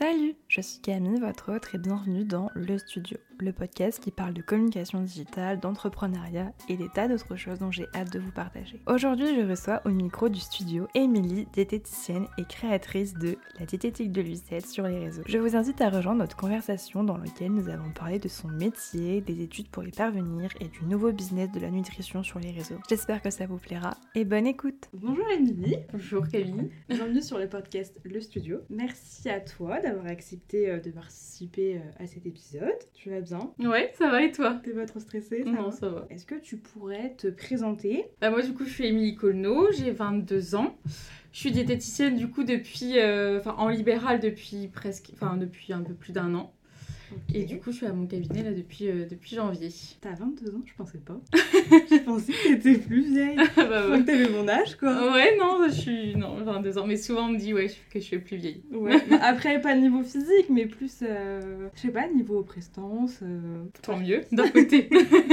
Salut, je suis Camille, votre hôte et bienvenue dans Le Studio, le podcast qui parle de communication digitale, d'entrepreneuriat et des tas d'autres choses dont j'ai hâte de vous partager. Aujourd'hui, je reçois au micro du studio Émilie, diététicienne et créatrice de La diététique de Lucette sur les réseaux. Je vous invite à rejoindre notre conversation dans laquelle nous avons parlé de son métier, des études pour y parvenir et du nouveau business de la nutrition sur les réseaux. J'espère que ça vous plaira et bonne écoute. Bonjour Émilie. Bonjour Camille. Bienvenue sur le podcast Le Studio. Merci à toi d'avoir accepté de participer à cet épisode. Tu vas bien? Ouais, ça va et toi? T'es pas trop stressée? Non, ça va. Est-ce que tu pourrais te présenter? Moi du coup je suis Émilie Colneau, j'ai 22 ans. Je suis diététicienne du coup depuis, en libéral depuis un peu plus d'1 an. Okay. Et du coup je suis à mon cabinet là depuis janvier. T'as 22 ans? Je pensais pas. Je pensais que t'étais plus vieille. Bah Je crois que t'avais mon âge quoi. Ouais, non, 22 ans. Mais souvent on me dit que je suis plus vieille. Ouais. Après pas niveau physique mais plus, je sais pas, niveau prestance. Tant mieux, d'un côté.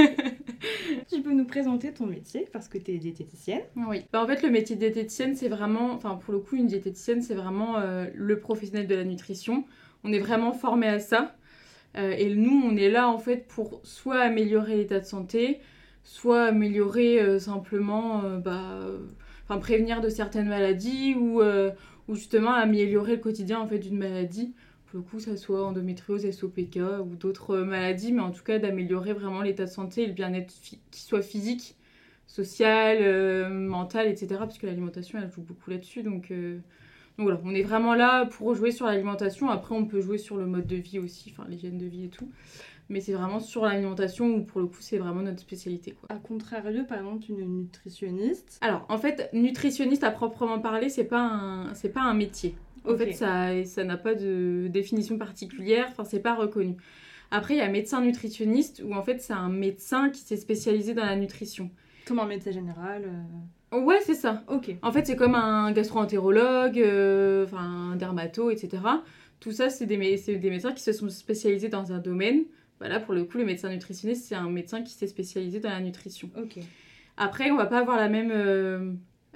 Tu peux nous présenter ton métier parce que t'es diététicienne? Oui. En fait le métier de diététicienne c'est vraiment, pour le coup une diététicienne c'est vraiment le professionnel de la nutrition. On est vraiment formé à ça. Et nous, on est là en fait pour soit améliorer l'état de santé, soit améliorer simplement, prévenir de certaines maladies ou justement améliorer le quotidien en fait d'une maladie. Pour le coup, ça soit endométriose, SOPK ou d'autres maladies, mais en tout cas d'améliorer vraiment l'état de santé et le bien-être qui soit physique, social, mental, etc. Parce que l'alimentation, elle joue beaucoup là-dessus, donc voilà, on est vraiment là pour jouer sur l'alimentation. Après, on peut jouer sur le mode de vie aussi, l'hygiène de vie et tout. Mais c'est vraiment sur l'alimentation où, pour le coup, c'est vraiment notre spécialité, quoi. A contrario, par exemple, une nutritionniste. Alors, en fait, nutritionniste à proprement parler, c'est pas un métier. En fait, ça n'a pas de définition particulière, c'est pas reconnu. Après, il y a médecin nutritionniste où, en fait, c'est un médecin qui s'est spécialisé dans la nutrition. Comme un médecin général Ouais, c'est ça. Ok. En fait, c'est comme un gastro-entérologue, un dermato, etc. Tout ça, c'est des médecins qui se sont spécialisés dans un domaine. Voilà, pour le coup, le médecin nutritionniste, c'est un médecin qui s'est spécialisé dans la nutrition. Ok. Après, on va pas avoir la même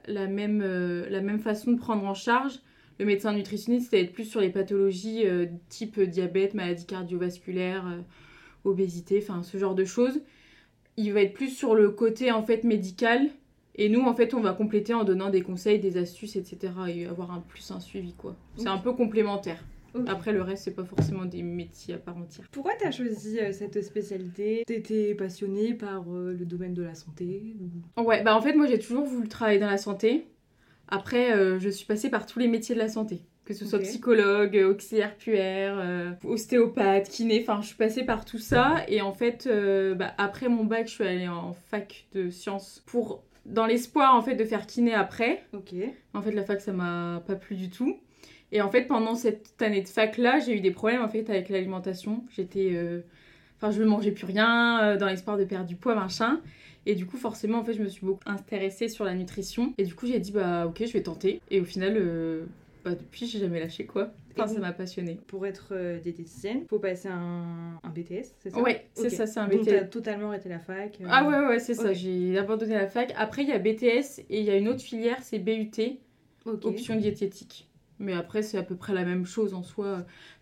façon de prendre en charge. Le médecin nutritionniste, ça va être plus sur les pathologies type diabète, maladie cardiovasculaire, obésité, ce genre de choses. Il va être plus sur le côté, en fait, médical. Et nous, en fait, on va compléter en donnant des conseils, des astuces, etc. Et avoir un suivi, quoi. C'est un peu complémentaire. Okay. Après, le reste, c'est pas forcément des métiers à part entière. Pourquoi t'as choisi cette spécialité? T'étais passionnée par le domaine de la santé ou... Ouais, en fait, moi, j'ai toujours voulu travailler dans la santé. Après, je suis passée par tous les métiers de la santé. Que ce soit psychologue, auxiliaire puère, ostéopathe, kiné, je suis passée par tout ça. Et en fait, après mon bac, je suis allée en fac de sciences dans l'espoir en fait de faire kiné après. Ok. En fait la fac ça m'a pas plu du tout. Et en fait pendant cette année de fac là j'ai eu des problèmes en fait avec l'alimentation. Je ne mangeais plus rien dans l'espoir de perdre du poids machin. Et du coup forcément en fait je me suis beaucoup intéressée sur la nutrition. Et du coup j'ai dit ok je vais tenter. Et au final depuis j'ai jamais lâché quoi. Ça m'a passionnée. Pour être diététicienne, faut passer un BTS, c'est ça? Ouais, c'est ça, c'est un BTS. Donc t'as totalement arrêté la fac Ah ouais, c'est ça, j'ai abandonné la fac. Après, il y a BTS et il y a une autre filière, c'est BUT, option diététique. Mais après, c'est à peu près la même chose en soi.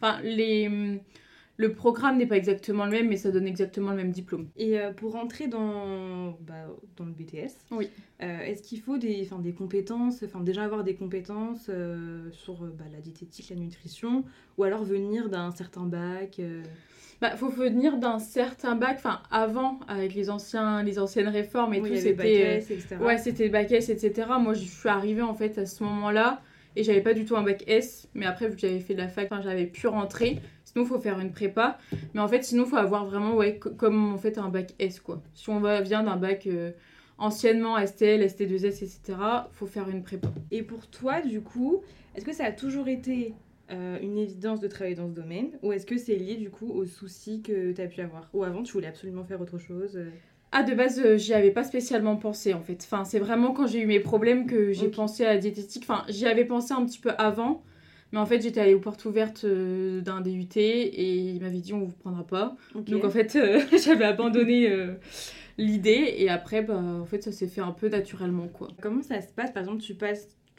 Le programme n'est pas exactement le même, mais ça donne exactement le même diplôme. Et pour rentrer dans le BTS, oui. Est-ce qu'il faut des compétences, déjà avoir des compétences sur la diététique, la nutrition, ou alors venir d'un certain bac faut venir d'un certain bac, avant, avec les anciennes réformes et tout, c'était... bac S, etc. Ouais, c'était bac S, etc. Moi, je suis arrivée, en fait, à ce moment-là, et j'avais pas du tout un bac S, mais après, vu que j'avais fait de la fac, j'avais pu rentrer. Sinon, il faut faire une prépa. Mais en fait, sinon, il faut avoir vraiment, comme en fait, un bac S, quoi. Si on vient d'un bac anciennement STL, ST2S, etc., il faut faire une prépa. Et pour toi, du coup, est-ce que ça a toujours été une évidence de travailler dans ce domaine? Ou est-ce que c'est lié, du coup, aux soucis que tu as pu avoir? Ou avant, tu voulais absolument faire autre chose de base, j'y avais pas spécialement pensé, en fait. C'est vraiment quand j'ai eu mes problèmes que j'ai pensé à la diététique. J'y avais pensé un petit peu avant. Mais en fait, j'étais allée aux portes ouvertes d'un DUT et il m'avait dit on vous prendra pas. Okay. Donc en fait, j'avais abandonné l'idée et après, en fait, ça s'est fait un peu naturellement, quoi. Comment ça se passe? Par exemple,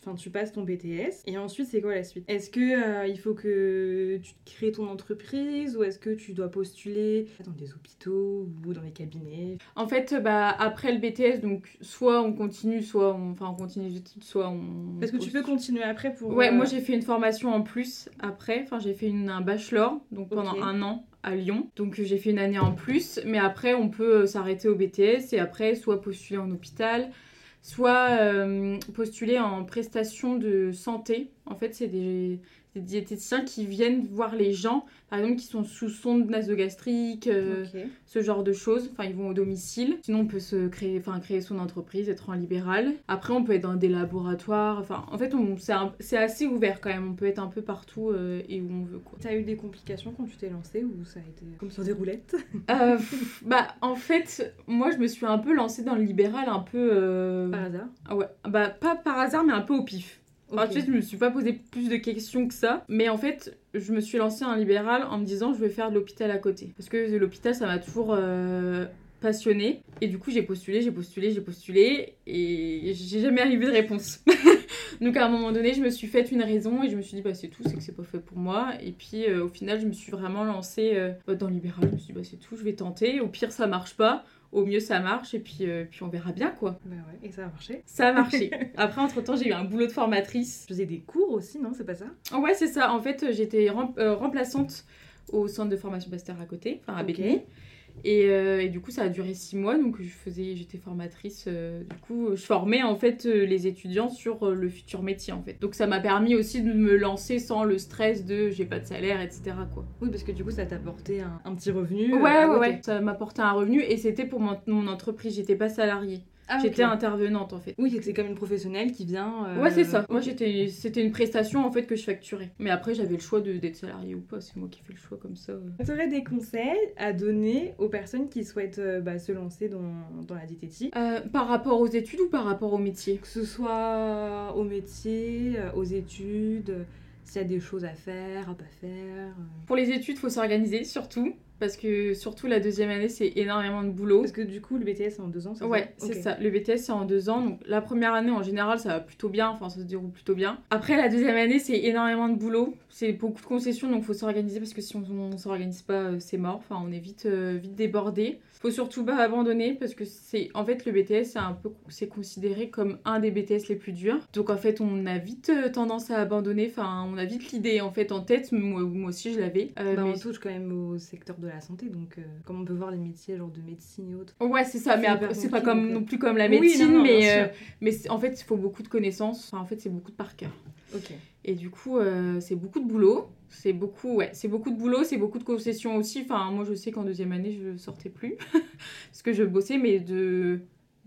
tu passes ton BTS et ensuite c'est quoi la suite? Est-ce que il faut que tu crées ton entreprise ou est-ce que tu dois postuler dans des hôpitaux ou dans les cabinets? En fait, après le BTS, donc soit on continue, on continue les études, soit on... Est-ce que tu peux continuer après pour... Ouais, moi j'ai fait une formation en plus après, enfin j'ai fait un bachelor, donc pendant un an à Lyon. Donc j'ai fait une année en plus, mais après on peut s'arrêter au BTS et après soit postuler en hôpital, soit postuler en prestation de santé. En fait, c'est des diététiciens qui viennent voir les gens, par exemple, qui sont sous sonde nasogastrique, ce genre de choses. Enfin, ils vont au domicile. Sinon, on peut créer son entreprise, être en libéral. Après, on peut être dans des laboratoires. Enfin, en fait, c'est assez ouvert quand même. On peut être un peu partout et où on veut, quoi. T'as eu des complications quand tu t'es lancée ou ça a été comme sur des roulettes? En fait, moi, je me suis un peu lancée dans le libéral, un peu... Par hasard? Ouais, pas par hasard, mais un peu au pif. En fait, je me suis pas posé plus de questions que ça. Mais en fait, je me suis lancée en libéral en me disant je vais faire de l'hôpital à côté. Parce que l'hôpital, ça m'a toujours passionnée. Et du coup, j'ai postulé. Et j'ai jamais arrivé de réponse. Donc à un moment donné, je me suis faite une raison et je me suis dit c'est tout, c'est que c'est pas fait pour moi. Et puis au final, je me suis vraiment lancée dans le libéral. Je me suis dit c'est tout, je vais tenter. Au pire, ça marche pas. Au mieux, ça marche et puis on verra bien, quoi. Bah ouais, et ça a marché? Ça a marché. Après, entre-temps, j'ai eu un boulot de formatrice. Je faisais des cours aussi, non? C'est pas ça? Ouais, c'est ça. En fait, j'étais remplaçante au centre de formation Pasteur à côté, enfin à Bétheny. Et du coup, ça a duré 6 mois, donc j'étais formatrice. Du coup, je formais en fait les étudiants sur le futur métier en fait. Donc ça m'a permis aussi de me lancer sans le stress de j'ai pas de salaire, etc. quoi. Oui, parce que du coup, ça t'a apporté un petit revenu. Ouais. Ça m'apportait un revenu et c'était pour mon entreprise, j'étais pas salariée. J'étais intervenante en fait. Oui, c'est comme une professionnelle qui vient... Ouais, c'est ça. Moi, c'était une prestation en fait que je facturais. Mais après, j'avais le choix d'être salariée ou pas. C'est moi qui fais le choix comme ça. Tu aurais des conseils à donner aux personnes qui souhaitent se lancer dans la diététique? Par rapport aux études ou par rapport au métier? Que ce soit au métier, aux études, s'il y a des choses à faire, à pas faire. Pour les études, il faut s'organiser surtout. Parce que surtout la deuxième année, c'est énormément de boulot. Parce que du coup, le BTS, c'est en 2 ans, c'est ça? Ouais, c'est ça. Le BTS, c'est en 2 ans. Donc la première année, en général, ça va plutôt bien. Enfin, ça se déroule plutôt bien. Après, la deuxième année, c'est énormément de boulot. C'est beaucoup de concessions, donc il faut s'organiser. Parce que si on s'organise pas, c'est mort. Enfin, on est vite débordé. Faut surtout pas abandonner. Parce que en fait, le BTS, c'est considéré comme un des BTS les plus durs. Donc en fait, on a vite tendance à abandonner. Enfin, on a vite l'idée en fait en tête. Moi aussi, je l'avais. On touche quand même au secteur de la santé, donc comme on peut voir les métiers genre de médecine et autres. Ouais, c'est ça, mais après c'est pas non plus comme la médecine, mais en fait il faut beaucoup de connaissances, enfin, en fait c'est beaucoup de par cœur. Et du coup c'est beaucoup de boulot, c'est beaucoup de boulot, c'est beaucoup de concessions aussi. Enfin moi je sais qu'en deuxième année je sortais plus parce que je bossais mais de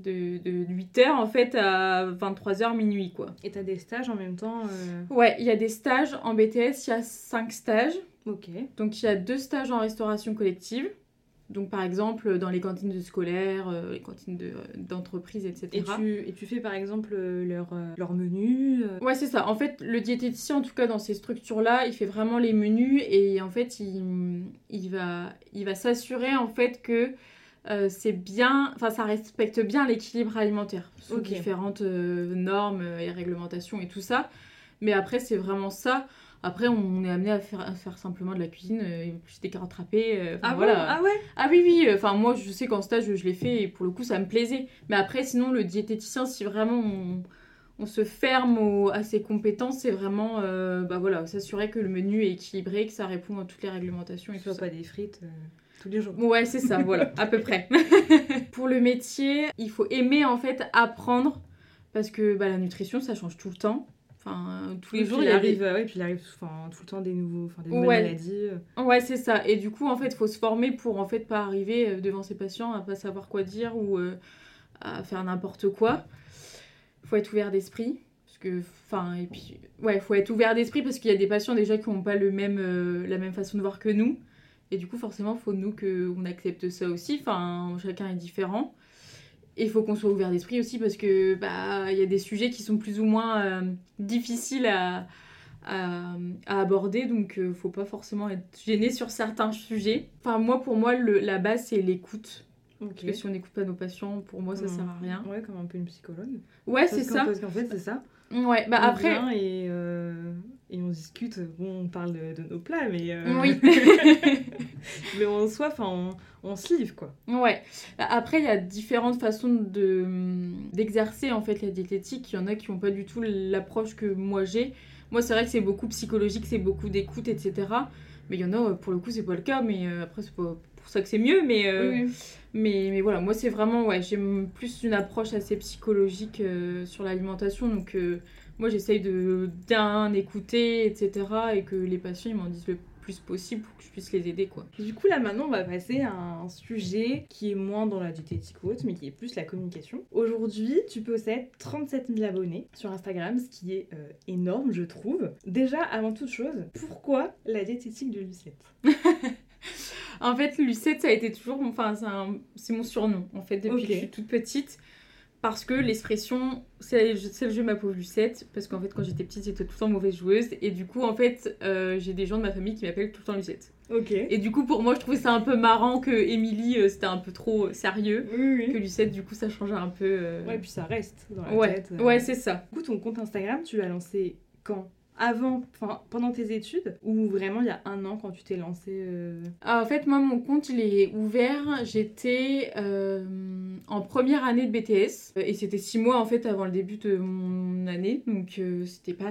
8h en fait à 23h minuit quoi. Et t'as des stages en même temps? Ouais, il y a des stages en BTS, il y a 5 stages. Donc il y a 2 stages en restauration collective. Donc par exemple dans les cantines de scolaires, les cantines d'entreprise, etc. Et tu fais par exemple leur menu? Ouais, c'est ça. En fait, le diététicien, en tout cas dans ces structures-là, il fait vraiment les menus et en fait, il va s'assurer en fait que c'est bien, enfin ça respecte bien l'équilibre alimentaire sous différentes normes et réglementations et tout ça. Mais après, c'est vraiment ça. Après, on est amené à faire simplement de la cuisine, éplucher des carottes râpées. Voilà. Ah ouais? Ah oui. Enfin, moi, je sais qu'en stage, je l'ai fait et pour le coup, ça me plaisait. Mais après, sinon, le diététicien, si vraiment on se ferme à ses compétences, c'est vraiment s'assurer que le menu est équilibré, que ça répond à toutes les réglementations et tout ça. Pas des frites tous les jours. Ouais, c'est ça, voilà, à peu près. Pour le métier, il faut aimer en fait apprendre parce que la nutrition, ça change tout le temps. Enfin, tous les jours, il arrive tout le temps des nouvelles maladies. Ouais, c'est ça. Et du coup, en fait, il faut se former pour en fait pas arriver devant ses patients à pas savoir quoi dire ou à faire n'importe quoi. Faut être ouvert d'esprit. Faut être ouvert d'esprit parce qu'il y a des patients déjà qui n'ont pas la même façon de voir que nous. Et du coup, forcément, il faut nous qu'on accepte ça aussi. Enfin, chacun est différent. Et il faut qu'on soit ouvert d'esprit aussi parce que y a des sujets qui sont plus ou moins difficiles à aborder, donc faut pas forcément être gêné sur certains sujets. Enfin pour moi la base c'est l'écoute. Parce que si on n'écoute pas nos patients, pour moi ça sert à rien. Ouais, comme un peu une psychologue. Ouais, c'est ça. Parce qu'en fait c'est ça. Ouais, bah On après... vient et on discute, bon, on parle de nos plats, mais... Oui. mais en soi, on se livre, quoi. Ouais. Bah, après, il y a différentes façons d'exercer, en fait, la diététique. Il y en a qui n'ont pas du tout l'approche que moi j'ai. Moi, c'est vrai que c'est beaucoup psychologique, c'est beaucoup d'écoute, etc. Mais il y en a, pour le coup, c'est pas le cas. Mais après, c'est pas pour ça que c'est mieux. Oui. Mais voilà, moi, c'est vraiment... Ouais, j'ai plus une approche assez psychologique sur l'alimentation. Donc... moi, j'essaye de bien écouter, etc. Et que les patients, ils m'en disent le plus possible pour que je puisse les aider, quoi. Du coup, là, maintenant, on va passer à un sujet qui est moins dans la diététique ou autre, mais qui est plus la communication. Aujourd'hui, tu possèdes 37 000 abonnés sur Instagram, ce qui est énorme, je trouve. Déjà, avant toute chose, pourquoi la diététique de Lucette? En fait, Lucette, ça a été toujours... Enfin, c'est mon surnom, en fait, depuis que je suis toute petite. Parce que l'expression, c'est le jeu ma pauvre Lucette. Parce qu'en fait, quand j'étais petite, j'étais tout le temps mauvaise joueuse. Et du coup, en fait, j'ai des gens de ma famille qui m'appellent tout le temps Lucette. Ok. Et du coup, pour moi, je trouvais ça un peu marrant que Émilie, c'était un peu trop sérieux. Oui. Que Lucette, du coup, ça changeait un peu. Ouais, puis ça reste dans la tête. Ouais, c'est ça. Du coup, ton compte Instagram, tu l'as lancé quand? Pendant tes études, ou vraiment il y a 1 an quand tu t'es lancée En fait, moi, mon compte, je l'ai ouvert, j'étais en première année de BTS. Et c'était 6 mois, en fait, avant le début de mon année. Donc, c'était pas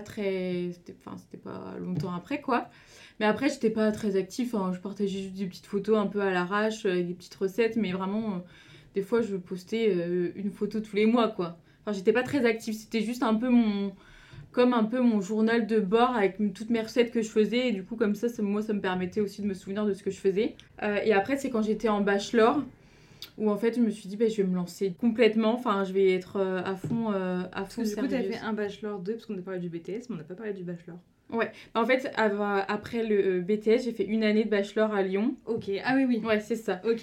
longtemps après, quoi. Mais après, j'étais pas très active. Enfin, je partageais juste des petites photos un peu à l'arrache, avec des petites recettes. Mais vraiment, des fois, je postais une photo tous les mois, quoi. Enfin, j'étais pas très active. C'était juste un peu comme un peu mon journal de bord avec toutes mes recettes que je faisais. Et du coup, comme ça moi, ça me permettait aussi de me souvenir de ce que je faisais. Et après, c'est quand j'étais en bachelor, où en fait, je me suis dit, je vais me lancer complètement. Enfin, je vais être à fond Parce que du coup, sérieuse. t'as fait un bachelor 2, parce qu'on a parlé du BTS, mais on n'a pas parlé du bachelor. Ouais, en fait, après le BTS, j'ai fait 1 année de bachelor à Lyon. Ok, ah oui. Ouais, c'est ça. Ok.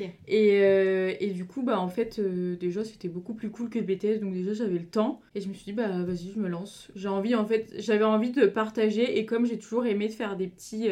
Et du coup, en fait, déjà, c'était beaucoup plus cool que le BTS, donc déjà, j'avais le temps. Et je me suis dit, vas-y, je me lance. J'avais envie de partager, et comme j'ai toujours aimé de faire des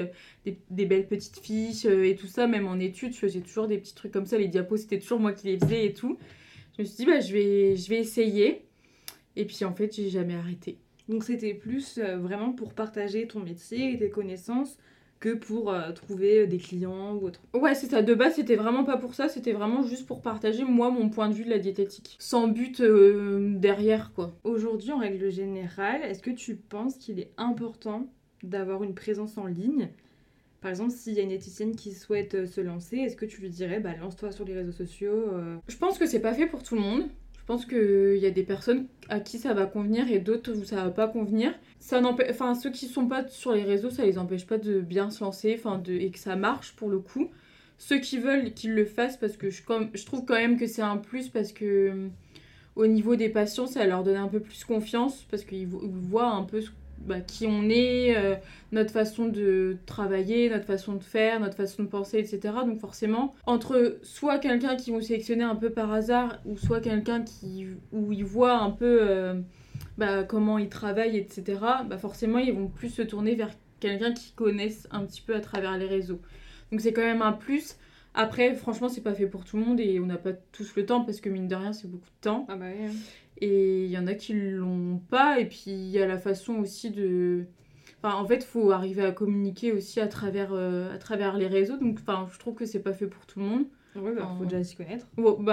belles petites fiches et tout ça, même en études, je faisais toujours des petits trucs comme ça. Les diapos, c'était toujours moi qui les faisais et tout. Je me suis dit, je vais essayer. Et puis, en fait, j'ai jamais arrêté. Donc c'était plus vraiment pour partager ton métier et tes connaissances que pour trouver des clients ou autre. Ouais, c'est ça. De base, c'était vraiment pas pour ça. C'était vraiment juste pour partager, moi, mon point de vue de la diététique. Sans but derrière, quoi. Aujourd'hui, en règle générale, est-ce que tu penses qu'il est important d'avoir une présence en ligne ? Par exemple, s'il y a une diététicienne qui souhaite se lancer, est-ce que tu lui dirais, lance-toi sur les réseaux sociaux Je pense que c'est pas fait pour tout le monde. Je pense qu'il y a des personnes à qui ça va convenir et d'autres où ça va pas convenir. Ceux qui sont pas sur les réseaux, ça les empêche pas de bien se lancer, et que ça marche pour le coup. Ceux qui veulent qu'ils le fassent, parce que je trouve quand même que c'est un plus, parce que au niveau des patients, ça leur donne un peu plus confiance, parce qu'ils voient un peu qui on est, notre façon de travailler, notre façon de faire, notre façon de penser, etc. Donc forcément, entre soit quelqu'un qui vont sélectionner un peu par hasard, ou soit quelqu'un où ils voient un peu comment ils travaillent, etc., forcément, ils vont plus se tourner vers quelqu'un qu'ils connaissent un petit peu à travers les réseaux. Donc c'est quand même un plus. Après, franchement, c'est pas fait pour tout le monde et on n'a pas tous le temps, parce que mine de rien, c'est beaucoup de temps. Ah bah oui. Et il y en a qui l'ont pas, et puis il y a la façon aussi de... en fait, il faut arriver à communiquer aussi à travers les réseaux, donc je trouve que c'est pas fait pour tout le monde. Ouais, faut déjà s'y connaître.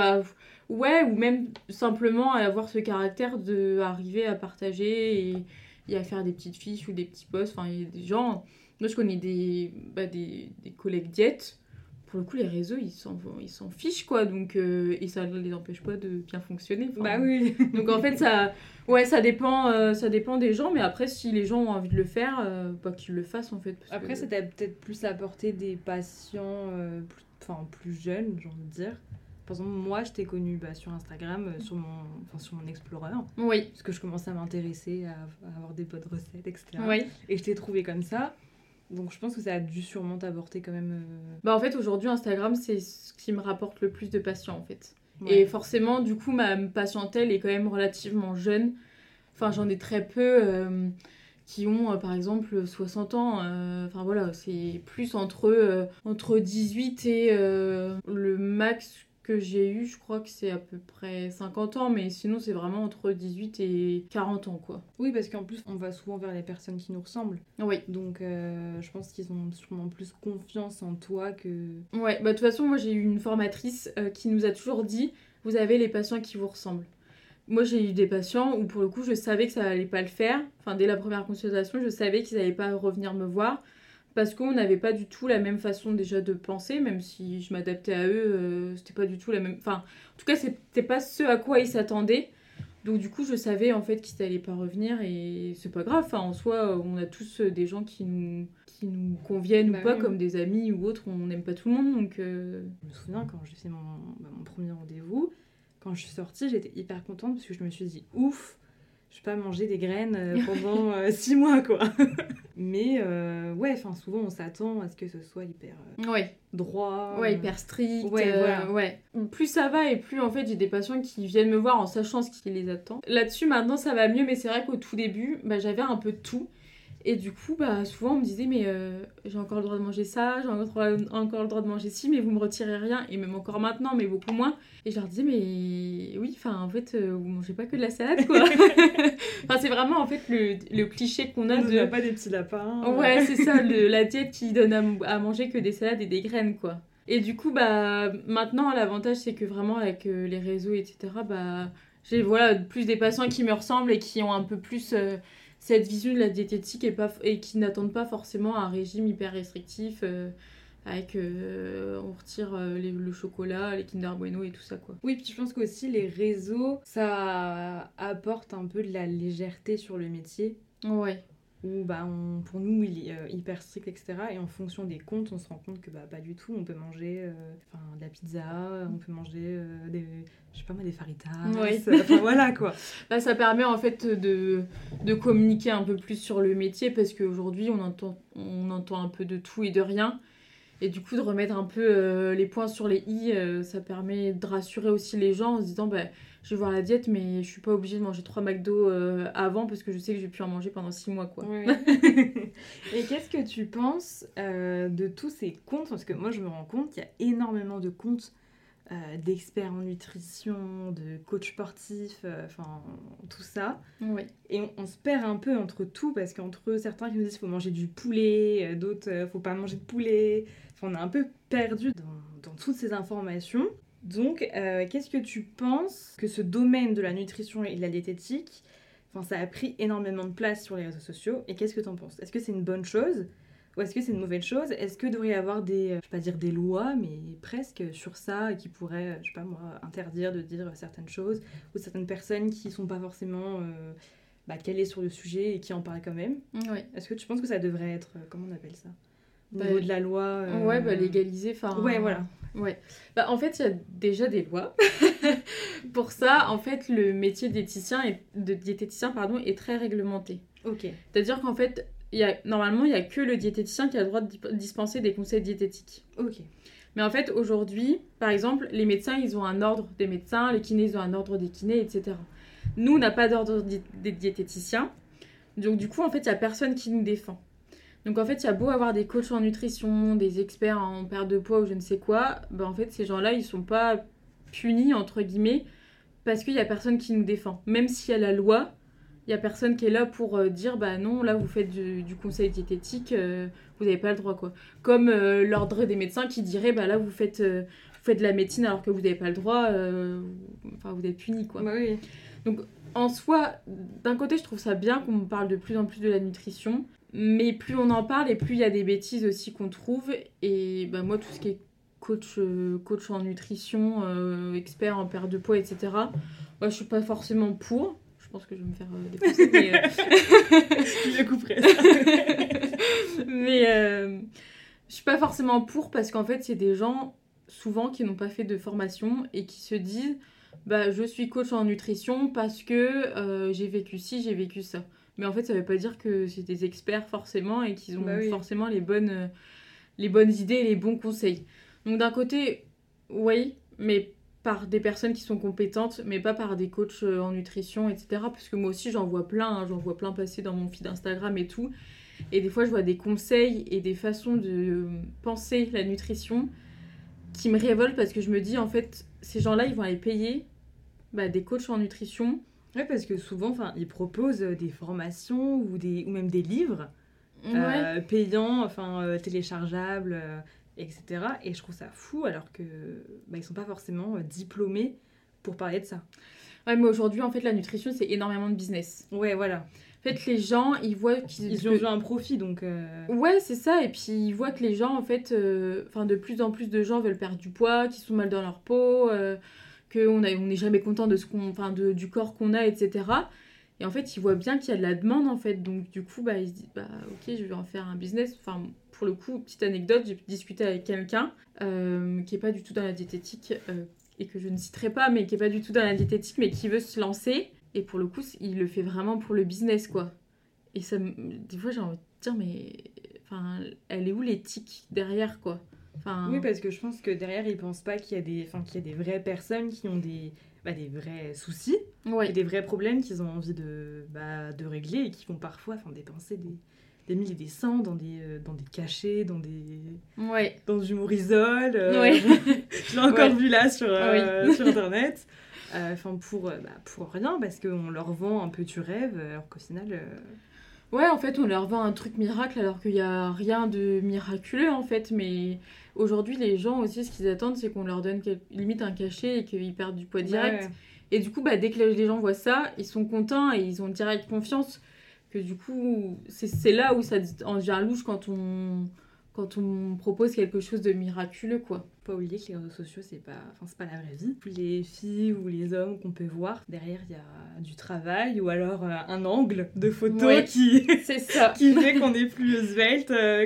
Ouais, ou même simplement avoir ce caractère d'arriver à partager et à faire des petites fiches ou des petits posts. Il y a des gens... Moi, je connais des collègues diètes. Pour le coup, les réseaux, ils s'en fichent, quoi. Donc, et ça ne les empêche pas de bien fonctionner. Oui. Donc, en fait, ça dépend des gens. Mais après, si les gens ont envie de le faire, qu'ils le fassent, en fait. Après, ça t'a peut-être plus apporté des patients plus jeunes, j'ai envie de dire. Par exemple, moi, je t'ai connue sur Instagram, sur mon Explorer. Oui. Parce que je commençais à m'intéresser, à avoir des bonnes recettes, etc. Oui. Et je t'ai trouvée comme ça. Donc je pense que ça a dû sûrement t'apporter quand même... En fait, aujourd'hui, Instagram, c'est ce qui me rapporte le plus de patients, en fait. Ouais. Et forcément, du coup, ma patientèle est quand même relativement jeune. J'en ai très peu qui ont, par exemple, 60 ans. C'est plus entre 18 et le max que j'ai eu, je crois que c'est à peu près 50 ans, mais sinon c'est vraiment entre 18 et 40 ans, quoi. Oui, parce qu'en plus, on va souvent vers les personnes qui nous ressemblent. Oui. Donc, je pense qu'ils ont sûrement plus confiance en toi que... Ouais, bah de toute façon, moi j'ai eu une formatrice qui nous a toujours dit, vous avez les patients qui vous ressemblent. Moi, j'ai eu des patients où, pour le coup, je savais que ça allait pas le faire. Enfin, dès la première consultation, je savais qu'ils allaient pas revenir me voir parce qu'on n'avait pas du tout la même façon déjà de penser, même si je m'adaptais à eux, c'était pas du tout la même... Enfin, en tout cas, c'était pas ce à quoi ils s'attendaient. Donc, du coup, je savais, en fait, qu'ils allaient pas revenir et c'est pas grave. Enfin, en soi, on a tous des gens qui nous conviennent ou pas, oui. comme des amis ou autres, on n'aime pas tout le monde, donc... Je me souviens, quand j'ai fait mon premier rendez-vous, quand je suis sortie, j'étais hyper contente parce que je me suis dit, ouf, je vais pas manger des graines pendant 6 mois, quoi. Mais ouais, enfin, souvent on s'attend à ce que ce soit hyper Ouais. droit. Ouais, hyper strict. Ouais, voilà. Ouais. Plus ça va et plus en fait j'ai des patients qui viennent me voir en sachant ce qui les attend. Là-dessus maintenant ça va mieux, mais c'est vrai qu'au tout début j'avais un peu de tout. Et du coup, souvent on me disait mais j'ai encore le droit de manger ça, j'ai encore le droit de manger ci, mais vous me retirez rien, et même encore maintenant, mais beaucoup moins. Et je leur disais mais oui, enfin en fait vous mangez pas que de la salade, quoi. Enfin c'est vraiment en fait le cliché qu'on a On de... n'a pas des petits lapins. Ouais, c'est ça, la diète qui donne à manger que des salades et des graines, quoi. Et du coup, maintenant, l'avantage, c'est que vraiment, avec les réseaux, etc., j'ai plus des patients qui me ressemblent et qui ont un peu plus cette vision de la diététique et qui n'attendent pas forcément un régime hyper restrictif avec on retire le chocolat, les Kinder Bueno et tout ça, quoi. Oui, puis je pense qu'aussi les réseaux, ça apporte un peu de la légèreté sur le métier. Ouais. Où pour nous il est hyper strict, etc. Et en fonction des comptes, on se rend compte que pas du tout. On peut manger de la pizza, on peut manger des faritas. Ouais. Enfin voilà, quoi. Là, ça permet en fait de communiquer un peu plus sur le métier, parce qu'aujourd'hui on entend un peu de tout et de rien. Et du coup, de remettre un peu les points sur les i, ça permet de rassurer aussi les gens en se disant je vais voir la diète, mais je suis pas obligée de manger 3 McDo avant parce que je sais que je vais plus en manger pendant 6 mois, quoi. Ouais. Et qu'est-ce que tu penses de tous ces comptes? Parce que moi, je me rends compte qu'il y a énormément de comptes d'experts en nutrition, de coachs sportifs, tout ça. Oui. Et on se perd un peu entre tout, parce qu'entre certains qui nous disent qu'il faut manger du poulet, d'autres faut pas manger de poulet. Enfin, on est un peu perdu dans toutes ces informations. Donc, qu'est-ce que tu penses que ce domaine de la nutrition et de la diététique, ça a pris énormément de place sur les réseaux sociaux, et qu'est-ce que tu en penses? Est-ce que c'est une bonne chose ou est-ce que c'est une mauvaise chose? Est-ce que devrait y avoir des, je vais pas dire des lois, mais presque sur ça, qui pourraient, je sais pas moi, interdire de dire certaines choses, ou certaines personnes qui sont pas forcément calées sur le sujet et qui en parlent quand même? Oui. Est-ce que tu penses que ça devrait être, comment on appelle ça? Au niveau de la loi Ouais, légaliser, enfin... Ouais, voilà. Ouais. En fait, il y a déjà des lois. Pour ça, en fait, le métier de diététicien est très réglementé. Ok. C'est-à-dire qu'en fait, normalement, il n'y a que le diététicien qui a le droit de dispenser des conseils diététiques. Ok. Mais en fait, aujourd'hui, par exemple, les médecins, ils ont un ordre des médecins, les kinés, ils ont un ordre des kinés, etc. Nous, on n'a pas d'ordre des diététiciens. Donc, du coup, en fait, il n'y a personne qui nous défend. Donc, en fait, il y a beau avoir des coachs en nutrition, des experts en perte de poids ou je ne sais quoi, en fait, ces gens-là, ils ne sont pas punis, entre guillemets, parce qu'il n'y a personne qui nous défend. Même s'il y a la loi, il n'y a personne qui est là pour dire non, là, vous faites du conseil diététique, vous n'avez pas le droit, quoi. Comme l'ordre des médecins qui dirait, là, vous faites de la médecine alors que vous n'avez pas le droit, vous êtes punis, quoi. Bah oui. Donc, en soi, d'un côté, je trouve ça bien qu'on parle de plus en plus de la nutrition, mais plus on en parle et plus il y a des bêtises aussi qu'on trouve. Et moi, tout ce qui est coach en nutrition, expert en perte de poids, etc., je suis pas forcément pour. Je pense que je vais me faire défoncer, mais... Je couperai. Mais je suis pas forcément pour, parce qu'en fait, c'est des gens, souvent, qui n'ont pas fait de formation et qui se disent je suis coach en nutrition parce que j'ai vécu ci, j'ai vécu ça. Mais en fait, ça veut pas dire que c'est des experts forcément et qu'ils ont forcément les bonnes idées et les bons conseils. Donc d'un côté, oui, mais par des personnes qui sont compétentes, mais pas par des coachs en nutrition, etc. Parce que moi aussi, j'en vois plein passer dans mon feed Instagram et tout. Et des fois, je vois des conseils et des façons de penser la nutrition qui me révoltent, parce que je me dis, en fait, ces gens-là, ils vont aller payer des coachs en nutrition. Ouais, parce que souvent, ils proposent des formations ou même des livres payants, téléchargeables, etc. Et je trouve ça fou alors que ils sont pas forcément diplômés pour parler de ça. Ouais, mais aujourd'hui, en fait, la nutrition, c'est énormément de business. Ouais, voilà. En fait, les gens, ils voient ils ont vu un profit, donc... Ouais, c'est ça. Et puis, ils voient que les gens, en fait... de plus en plus de gens veulent perdre du poids, qu'ils sont mal dans leur peau, qu'on n'est jamais content de du corps qu'on a, etc. Et en fait, ils voient bien qu'il y a de la demande, en fait. Donc, du coup, ils se disent, ok, je vais en faire un business. Enfin, pour le coup, petite anecdote, j'ai discuté avec quelqu'un qui n'est pas du tout dans la diététique, et que je ne citerai pas, mais qui n'est pas du tout dans la diététique, mais qui veut se lancer. Et pour le coup, il le fait vraiment pour le business, quoi. Et ça, des fois, j'ai envie de dire, mais... elle est où l'éthique derrière, quoi? Oui, parce que je pense que derrière, ils pensent pas qu'il y a des vraies personnes qui ont des vrais soucis, et des vrais problèmes qu'ils ont envie de régler et qui vont parfois dépenser des milliers et des cents dans des cachets, dans du Mourisol. Je l'ai encore vu là sur Internet. Pour rien, parce qu'on leur vend un peu du rêve, alors qu'au final... Ouais, en fait, on leur vend un truc miracle, alors qu'il n'y a rien de miraculeux, en fait. Mais aujourd'hui, les gens aussi, ce qu'ils attendent, c'est qu'on leur donne limite un cachet et qu'ils perdent du poids direct. Ouais. Et du coup, dès que les gens voient ça, ils sont contents et ils ont direct confiance. Que du coup, c'est là où ça en devient louche quand on propose quelque chose de miraculeux, quoi. Faut pas oublier que les réseaux sociaux, c'est pas la vraie vie. Les filles ou les hommes qu'on peut voir, derrière, il y a du travail ou alors un angle de photo qui fait qu'on est plus svelte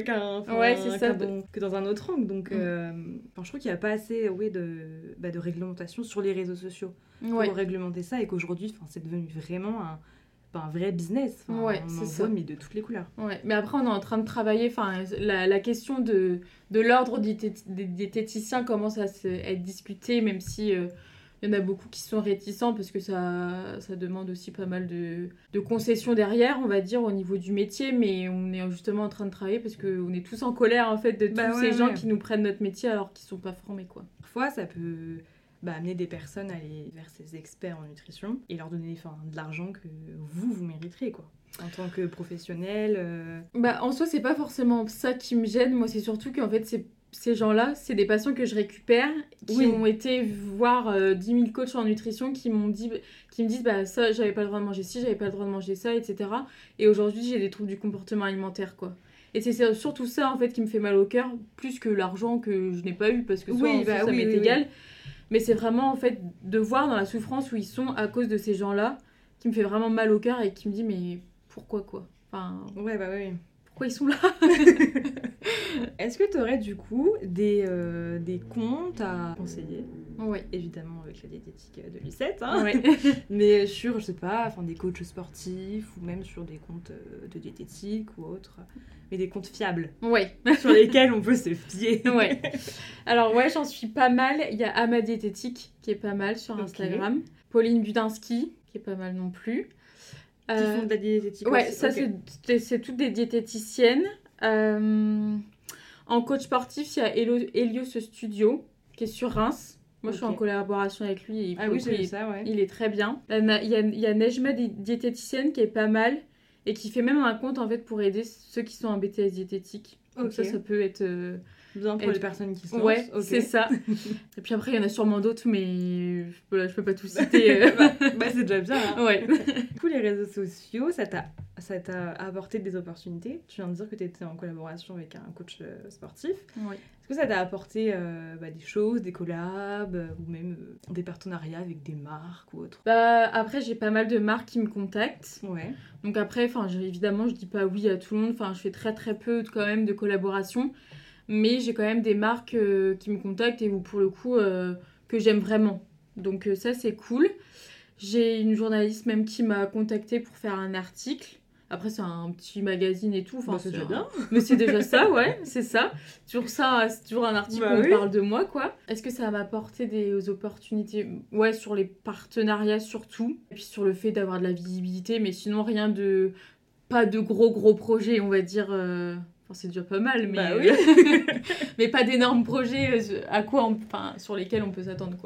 que dans un autre angle. Donc, je trouve qu'il n'y a pas assez de réglementation sur les réseaux sociaux pour réglementer ça, et qu'aujourd'hui, c'est devenu vraiment un vrai business. On en voit, mais de toutes les couleurs. Ouais. Mais après, on est en train de travailler. La question de l'ordre des diététiciens commence à être discutée, même si il y en a beaucoup qui sont réticents, parce que ça demande aussi pas mal de concessions derrière, on va dire, au niveau du métier. Mais on est justement en train de travailler parce qu'on est tous en colère, en fait, de tous ces gens qui nous prennent notre métier alors qu'ils sont pas formés, quoi. Parfois, ça peut... amener des personnes à aller vers ces experts en nutrition et leur donner de l'argent que vous mériterez, quoi, en tant que professionnel. En soi, c'est pas forcément ça qui me gêne. Moi, c'est surtout qu'en fait, ces gens-là, c'est des patients que je récupère, qui ont été voir 10 000 coachs en nutrition, qui me disent ça, j'avais pas le droit de manger ci, j'avais pas le droit de manger ça, etc. Et aujourd'hui, j'ai des troubles du comportement alimentaire, quoi. Et c'est surtout ça, en fait, qui me fait mal au cœur, plus que l'argent que je n'ai pas eu, parce que ça m'est égal. Mais c'est vraiment, en fait, de voir dans la souffrance où ils sont à cause de ces gens-là, qui me fait vraiment mal au cœur et qui me dit, mais pourquoi, quoi? Pourquoi ils sont là? Est-ce que tu aurais, du coup, des comptes à conseiller? Oui. Évidemment, avec la diététique de Lucette, mais sur, je sais pas, des coachs sportifs, ou même sur des comptes de diététique ou autres, mais des comptes fiables. Sur lesquels on peut se fier. Alors j'en suis pas mal. Il y a Ama Diététique qui est pas mal sur Instagram. Pauline Budinski qui est pas mal non plus. Qui font de la diététique aussi. Ça c'est toutes des diététiciennes. En coach sportif, il y a Helios Studio qui est sur Reims. Moi, je suis en collaboration avec lui. J'ai vu ça, il est très bien. Il y a Nejma, diététicienne, qui est pas mal et qui fait même un compte, en fait, pour aider ceux qui sont en BTS diététique. Donc ça peut être... bien pour les personnes qui sont... Ouais, c'est ça. Et puis après, il y en a sûrement d'autres, mais je peux pas tout citer. C'est déjà bien. Hein. Ouais. Du coup, les réseaux sociaux, ça t'a apporté des opportunités. Tu viens de dire que tu étais en collaboration avec un coach sportif. Oui. Est-ce que ça t'a apporté des choses, des collabs, ou même des partenariats avec des marques ou autres? Après, j'ai pas mal de marques qui me contactent. Ouais. Donc après, évidemment, je dis pas oui à tout le monde. Je fais très très peu quand même de collaborations. Mais j'ai quand même des marques qui me contactent et où, pour le coup, que j'aime vraiment. Donc ça, c'est cool. J'ai une journaliste même qui m'a contactée pour faire un article. Après, c'est un petit magazine et tout. C'est déjà bien. Mais c'est déjà ça, c'est ça. C'est toujours un article où on parle de moi, quoi. Est-ce que ça va m'apporter des opportunités? Ouais, sur les partenariats surtout. Et puis sur le fait d'avoir de la visibilité. Mais sinon, pas de gros projets, on va dire... c'est déjà pas mal, mais, mais pas d'énormes projets sur lesquels on peut s'attendre, quoi.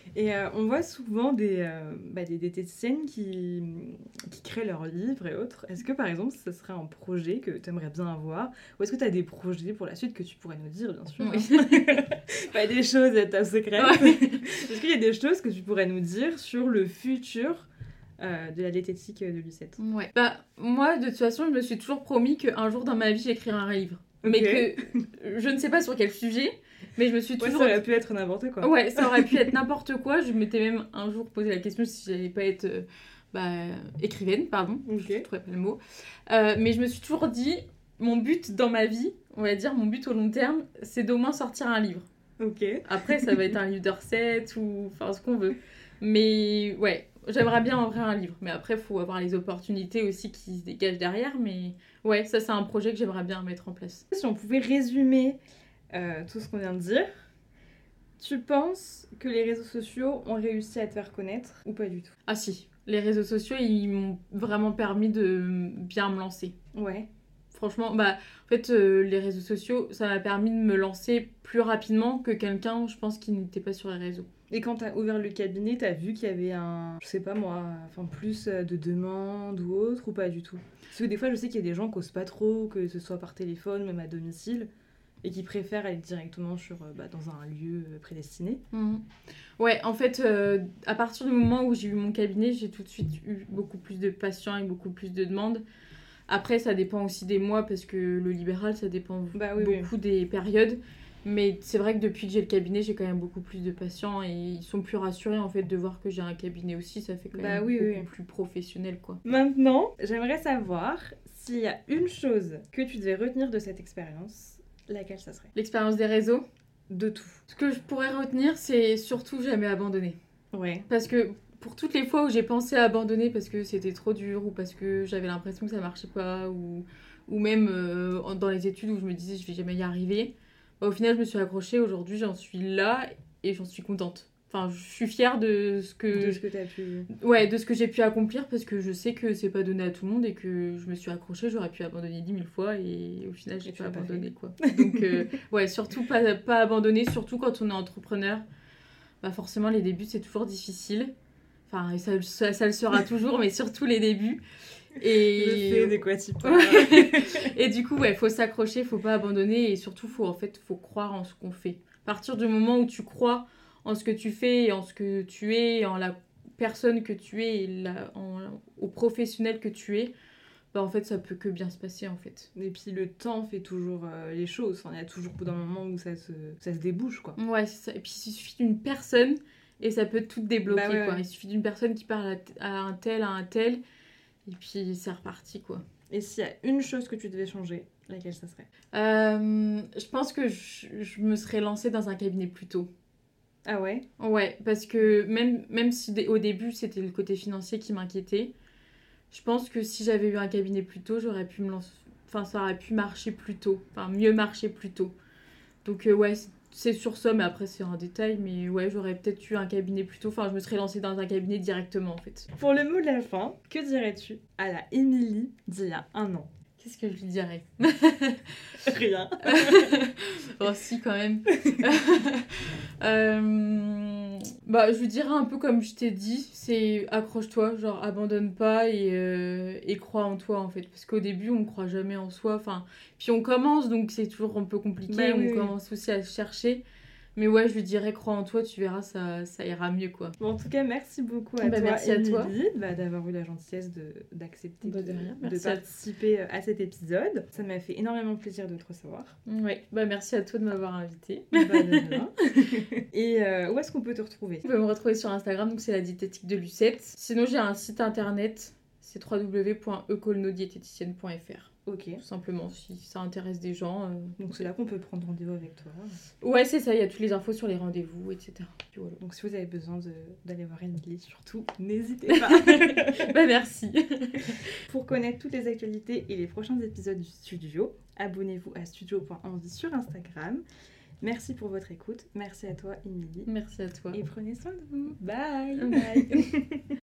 Et on voit souvent des diététiciennes qui créent leurs livres et autres. Est-ce que par exemple, ce serait un projet que tu aimerais bien avoir? Ou est-ce que tu as des projets pour la suite que tu pourrais nous dire, bien sûr? Oui. Pas des choses top secrètes. Ouais. Est-ce qu'il y a des choses que tu pourrais nous dire sur le futur de la diététique de Lucette? Ouais. Bah, moi, de toute façon, je me suis toujours promis qu'un jour dans ma vie, j'écrirai un livre. Mais que je ne sais pas sur quel sujet, mais je me suis toujours... ça aurait pu être n'importe quoi. Ouais, ça aurait pu être n'importe quoi. Je m'étais même un jour posé la question si j'allais pas être écrivaine, pardon. Je ne trouvais pas le mot. Mais je me suis toujours dit, mon but dans ma vie, on va dire mon but au long terme, c'est d'au moins sortir un livre. Ok. Après, ça va être un livre de recettes ou enfin ce qu'on veut. Mais ouais, j'aimerais bien ouvrir un livre. Mais après, il faut avoir les opportunités aussi qui se dégagent derrière. Mais ouais, ça, c'est un projet que j'aimerais bien mettre en place. Si on pouvait résumer tout ce qu'on vient de dire, tu penses que les réseaux sociaux ont réussi à te faire connaître ou pas du tout? Ah si, les réseaux sociaux, ils m'ont vraiment permis de bien me lancer. Ouais. Franchement, en fait, les réseaux sociaux, ça m'a permis de me lancer plus rapidement que quelqu'un, je pense, qui n'était pas sur les réseaux. Et quand t'as ouvert le cabinet, t'as vu qu'il y avait je sais pas moi, plus de demandes ou autre, ou pas du tout? Parce que des fois, je sais qu'il y a des gens qui osent pas trop, que ce soit par téléphone, même à domicile, et qui préfèrent aller directement dans un lieu prédestiné. Ouais, en fait, à partir du moment où j'ai eu mon cabinet, j'ai tout de suite eu beaucoup plus de patients et beaucoup plus de demandes. Après, ça dépend aussi des mois, parce que le libéral, ça dépend beaucoup des périodes. Mais c'est vrai que depuis que j'ai le cabinet, j'ai quand même beaucoup plus de patients et ils sont plus rassurés en fait de voir que j'ai un cabinet aussi. Ça fait quand même beaucoup plus professionnel, quoi. Maintenant, j'aimerais savoir s'il y a une chose que tu devais retenir de cette expérience, laquelle ça serait? L'expérience des réseaux? De tout. Ce que je pourrais retenir, c'est surtout jamais abandonner. Ouais. Parce que pour toutes les fois où j'ai pensé à abandonner parce que c'était trop dur ou parce que j'avais l'impression que ça marchait pas ou même dans les études où je me disais je vais jamais y arriver, au final je me suis accrochée. Aujourd'hui j'en suis là et j'en suis contente. Enfin, je suis fière de ce que t'as pu... Ouais, de ce que j'ai pu accomplir parce que je sais que c'est pas donné à tout le monde et que je me suis accrochée, j'aurais pu abandonner 10 000 fois et au final j'ai pas abandonné, quoi. Donc ouais, surtout pas abandonner, surtout quand on est entrepreneur. Forcément les débuts c'est toujours difficile. Enfin, ça le sera toujours, mais surtout les débuts. Et... Je sais de quoi tu parles. Et du coup, ouais, faut s'accrocher, faut pas abandonner et surtout, faut croire en ce qu'on fait. À partir du moment où tu crois en ce que tu fais, et en ce que tu es, en la personne que tu es, et au professionnel que tu es, en fait, ça peut que bien se passer, en fait. Et puis le temps fait toujours les choses. Enfin, il y a toujours d'un moment où ça se débouche, quoi. Ouais, c'est ça. Et puis il suffit d'une personne et ça peut tout débloquer, quoi. Ouais. Il suffit d'une personne qui parle à un tel, et puis c'est reparti, quoi. Et s'il y a une chose que tu devais changer, laquelle ça serait? Je pense que je me serais lancée dans un cabinet plus tôt. Ah ouais? Ouais, parce que même si au début c'était le côté financier qui m'inquiétait, je pense que si j'avais eu un cabinet plus tôt, j'aurais pu me lancer... Enfin, ça aurait pu marcher plus tôt. Enfin, mieux marcher plus tôt. Donc ouais, c'est sur ça, mais après c'est un détail. Mais ouais, j'aurais peut-être eu un cabinet plus tôt. Enfin, je me serais lancée dans un cabinet directement, en fait. Pour le mot de la fin, que dirais-tu à la Émilie d'il y a 1 an? Qu'est-ce que je lui dirais? Rien. Oh si, quand même. Je lui dirais un peu comme je t'ai dit, c'est accroche-toi, genre abandonne pas et crois en toi, en fait. Parce qu'au début, on croit jamais en soi. Enfin, puis on commence, donc c'est toujours un peu compliqué. On commence aussi à chercher. Mais ouais, je lui dirais crois en toi, tu verras, ça ira mieux, quoi. Bon, en tout cas, merci beaucoup à toi, merci Émilie, à toi. D'avoir eu la gentillesse d'accepter de Merci participer à cet épisode. Ça m'a fait énormément plaisir de te recevoir. Ouais, merci à toi de m'avoir invitée. De rien. Et où est-ce qu'on peut te retrouver? Vous pouvez me retrouver sur Instagram, donc c'est la diététique de Lucette. Sinon, j'ai un site internet, c'est www.ecolnodiététicienne.fr. Ok. Tout simplement, si ça intéresse des gens. Donc c'est là qu'on peut prendre rendez-vous avec toi. Ouais, c'est ça, il y a toutes les infos sur les rendez-vous, etc. Puis voilà. Donc si vous avez besoin d'aller voir Émilie, surtout, n'hésitez pas. Merci. Pour connaître toutes les actualités et les prochains épisodes du studio, abonnez-vous à studio.envie sur Instagram. Merci pour votre écoute. Merci à toi, Émilie. Merci à toi. Et prenez soin de vous. Bye. Bye.